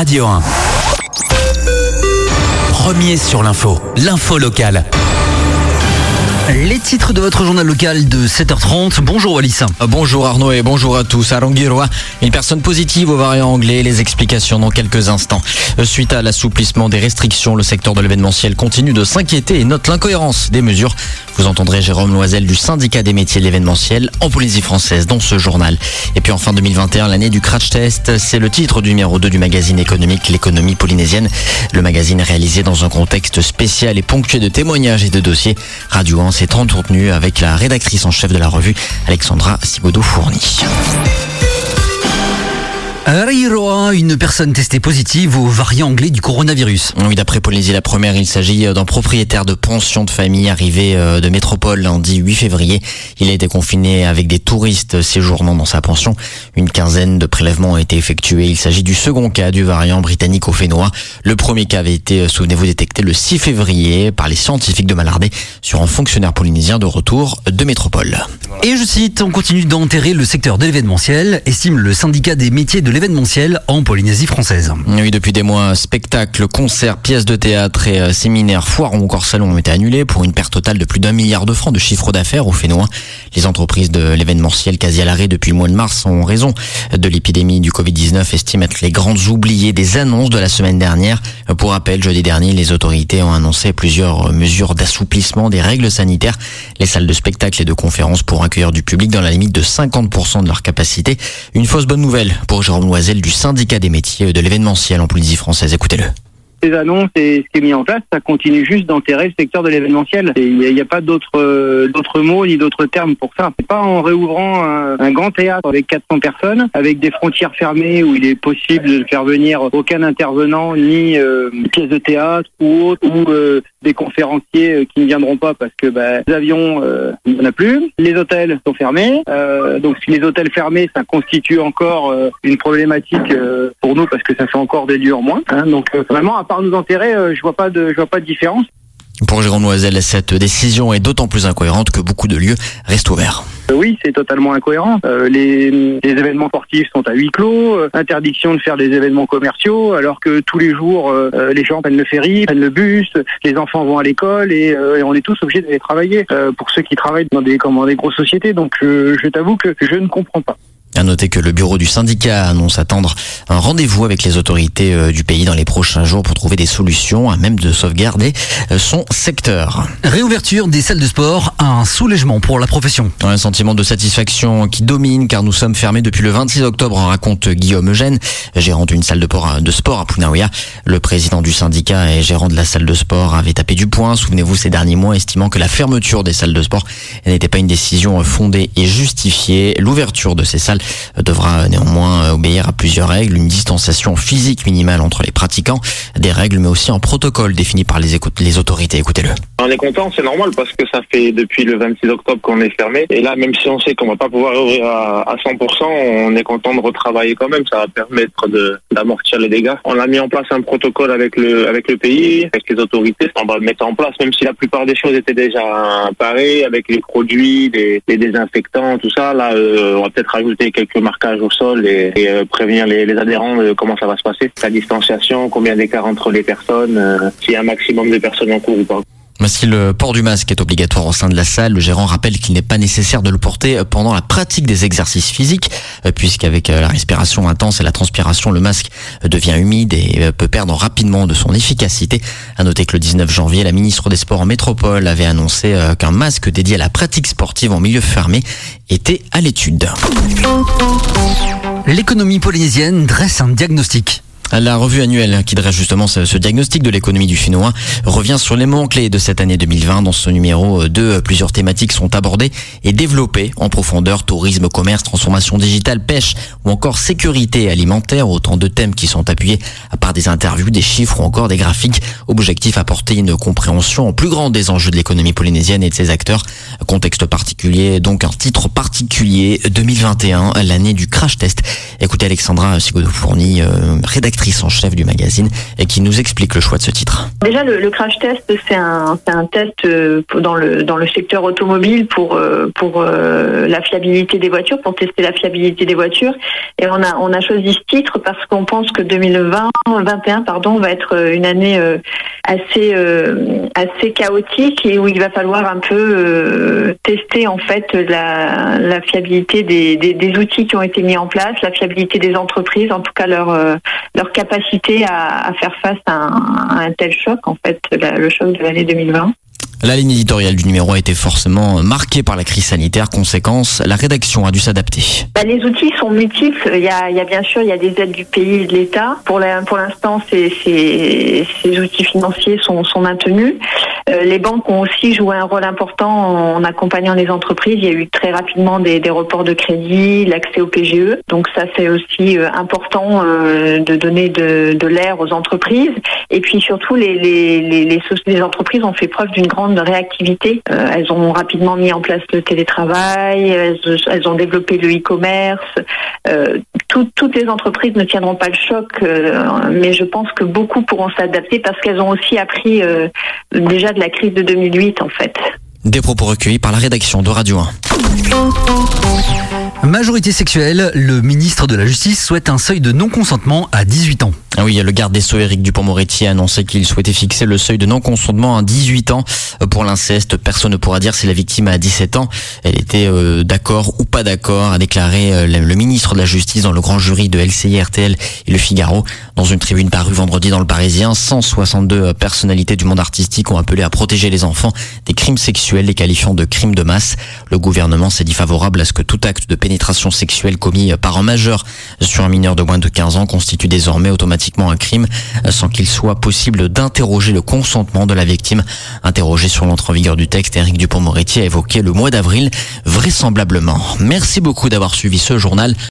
Radio 1. Premier sur l'info locale. Les titres de votre journal local de 7h30. Bonjour Wallis. Bonjour Arnaud et bonjour à tous. À Rangiroa, une personne positive au variant anglais. Les explications dans quelques instants. Suite à l'assouplissement des restrictions, le secteur de l'événementiel continue de s'inquiéter et note l'incohérence des mesures. Vous entendrez Jérôme Loisel du syndicat des métiers de l'événementiel en Polynésie française dans ce journal. Et puis en fin 2021, l'année du crash test, c'est le titre du numéro 2 du magazine économique L'économie polynésienne. Le magazine est réalisé dans un contexte spécial et ponctué de témoignages et de dossiers. Radio 1 s'est entretenu avec la rédactrice en chef de la revue, Alexandra Sibodeau-Fourny. À Rangiroa, une personne testée positive au variant anglais du coronavirus. Oui, d'après Polynésie la Première, il s'agit d'un propriétaire de pension de famille arrivé de métropole lundi 8 février. Il a été confiné avec des touristes séjournant dans sa pension. Une quinzaine de prélèvements ont été effectués. Il s'agit du second cas du variant britannique au Fénois. Le premier cas avait été, souvenez-vous, détecté le 6 février par les scientifiques de Malardé sur un fonctionnaire polynésien de retour de métropole. Et je cite, on continue d'enterrer le secteur de l'événementiel, estime le syndicat des métiers de l'événementiel en Polynésie française. Oui, depuis des mois, spectacles, concerts, pièces de théâtre et séminaires, foires ou encore salons ont été annulés pour une perte totale de plus d'1 milliard de francs de chiffre d'affaires au Fénois. Les entreprises de l'événementiel quasi à l'arrêt depuis le mois de mars en raison de l'épidémie du Covid-19 estiment être les grandes oubliées des annonces de la semaine dernière. Pour rappel, jeudi dernier, les autorités ont annoncé plusieurs mesures d'assouplissement des règles sanitaires. Les salles de spectacle et de conférences pourront accueillir du public dans la limite de 50% de leur capacité. Une fausse bonne nouvelle pour Jérôme Loisel du syndicat des métiers de l'événementiel en Polynésie française. Écoutez-le. Les annonces et ce qui est mis en place, ça continue juste d'enterrer le secteur de l'événementiel. Il n'y a pas d'autres mots ni d'autres termes pour ça. C'est pas en réouvrant un grand théâtre avec 400 personnes, avec des frontières fermées où il est possible de faire venir aucun intervenant, ni pièces de théâtre ou autre, ou des conférenciers qui ne viendront pas parce que les avions, il n'y en a plus. Les hôtels sont fermés. Donc si les hôtels fermés, ça constitue encore une problématique pour nous parce que ça fait encore des lieux en moins. Donc vraiment, à part nous enterrer, je vois pas de différence. Pour Jérôme Loisel, cette décision est d'autant plus incohérente que beaucoup de lieux restent ouverts. Oui, c'est totalement incohérent. Les événements sportifs sont à huis clos, interdiction de faire des événements commerciaux, alors que tous les jours, les gens prennent le ferry, prennent le bus, les enfants vont à l'école et on est tous obligés d'aller travailler. Pour ceux qui travaillent dans des grosses sociétés, donc je t'avoue que je ne comprends pas. À noter que le bureau du syndicat annonce attendre un rendez-vous avec les autorités du pays dans les prochains jours pour trouver des solutions à même de sauvegarder son secteur. Réouverture des salles de sport, un soulagement pour la profession. Un sentiment de satisfaction qui domine car nous sommes fermés depuis le 26 octobre, raconte Guillaume Eugène, gérant d'une salle de sport à Punaouia. Le président du syndicat et gérant de la salle de sport avait tapé du poing, souvenez-vous, ces derniers mois, estimant que la fermeture des salles de sport n'était pas une décision fondée et justifiée. L'ouverture de ces salles devra néanmoins obéir à plusieurs règles, une distanciation physique minimale entre les pratiquants, des règles mais aussi un protocole défini par les autorités. Écoutez-le. On est content, c'est normal parce que ça fait depuis le 26 octobre qu'on est fermé et là même si on sait qu'on va pas pouvoir ouvrir à 100%, on est content de retravailler quand même, ça va permettre d'amortir les dégâts. On a mis en place un protocole avec le pays, avec les autorités, on va le mettre en place même si la plupart des choses étaient déjà parées avec les produits, les désinfectants, tout ça. Là on va peut-être rajouter quelques marquages au sol et prévenir les adhérents de comment ça va se passer. La distanciation, combien d'écart entre les personnes, s'il y a un maximum de personnes en cours ou pas. Si le port du masque est obligatoire au sein de la salle, le gérant rappelle qu'il n'est pas nécessaire de le porter pendant la pratique des exercices physiques, puisqu'avec la respiration intense et la transpiration, le masque devient humide et peut perdre rapidement de son efficacité. À noter que le 19 janvier, la ministre des Sports en métropole avait annoncé qu'un masque dédié à la pratique sportive en milieu fermé était à l'étude. L'économie polynésienne dresse un diagnostic. La revue annuelle qui dresse justement ce diagnostic de l'économie du Fénois revient sur les moments clés de cette année 2020. Dans ce numéro 2, plusieurs thématiques sont abordées et développées en profondeur. Tourisme, commerce, transformation digitale, pêche ou encore sécurité alimentaire. Autant de thèmes qui sont appuyés par des interviews, des chiffres ou encore des graphiques. Objectif, apporter une compréhension plus grande des enjeux de l'économie polynésienne et de ses acteurs. Contexte particulier, donc un titre particulier, 2021, l'année du crash test. Écoutez Alexandra Sibodeau-Fourny, rédactrice rédactrice en chef du magazine, et qui nous explique le choix de ce titre. Déjà, le crash test, c'est un test dans le secteur automobile pour la fiabilité des voitures, pour tester la fiabilité des voitures. Et on a choisi ce titre parce qu'on pense que 2021 va être une année assez chaotique et où il va falloir un peu tester en fait la fiabilité des outils qui ont été mis en place, la fiabilité des entreprises, en tout cas leur capacité à faire face à un tel choc, en fait, le choc de l'année 2020. La ligne éditoriale du numéro a été forcément marquée par la crise sanitaire. Conséquence, la rédaction a dû s'adapter. Les outils sont multiples. Il y a bien sûr des aides du pays et de l'État. Pour l'instant, ces outils financiers sont maintenus. Les banques ont aussi joué un rôle important en accompagnant les entreprises. Il y a eu très rapidement des reports de crédit, l'accès au PGE. Donc ça, c'est aussi important de donner de l'air aux entreprises. Et puis surtout, les entreprises ont fait preuve d'une grande réactivité. Elles ont rapidement mis en place le télétravail, elles ont développé le e-commerce. Toutes les entreprises ne tiendront pas le choc, mais je pense que beaucoup pourront s'adapter parce qu'elles ont aussi appris déjà de la crise de 2008 en fait. Des propos recueillis par la rédaction de Radio 1. Majorité sexuelle, le ministre de la Justice souhaite un seuil de non-consentement à 18 ans. Ah oui, le garde des Sceaux Éric Dupond-Moretti a annoncé qu'il souhaitait fixer le seuil de non-consentement à 18 ans. Pour l'inceste, personne ne pourra dire si la victime a 17 ans. Elle était d'accord ou pas d'accord, a déclaré le ministre de la Justice dans le grand jury de LCI, RTL et Le Figaro. Dans une tribune parue vendredi dans Le Parisien, 162 personnalités du monde artistique ont appelé à protéger les enfants des crimes sexuels, les qualifiant de crimes de masse. Le gouvernement s'est dit favorable à ce que tout acte de pénétration sexuelle commis par un majeur sur un mineur de moins de 15 ans constitue désormais automatiquement un crime sans qu'il soit possible d'interroger le consentement de la victime. Interrogé sur l'entrée en vigueur du texte, Éric Dupond-Moretti a évoqué le mois d'avril vraisemblablement. Merci beaucoup d'avoir suivi ce journal.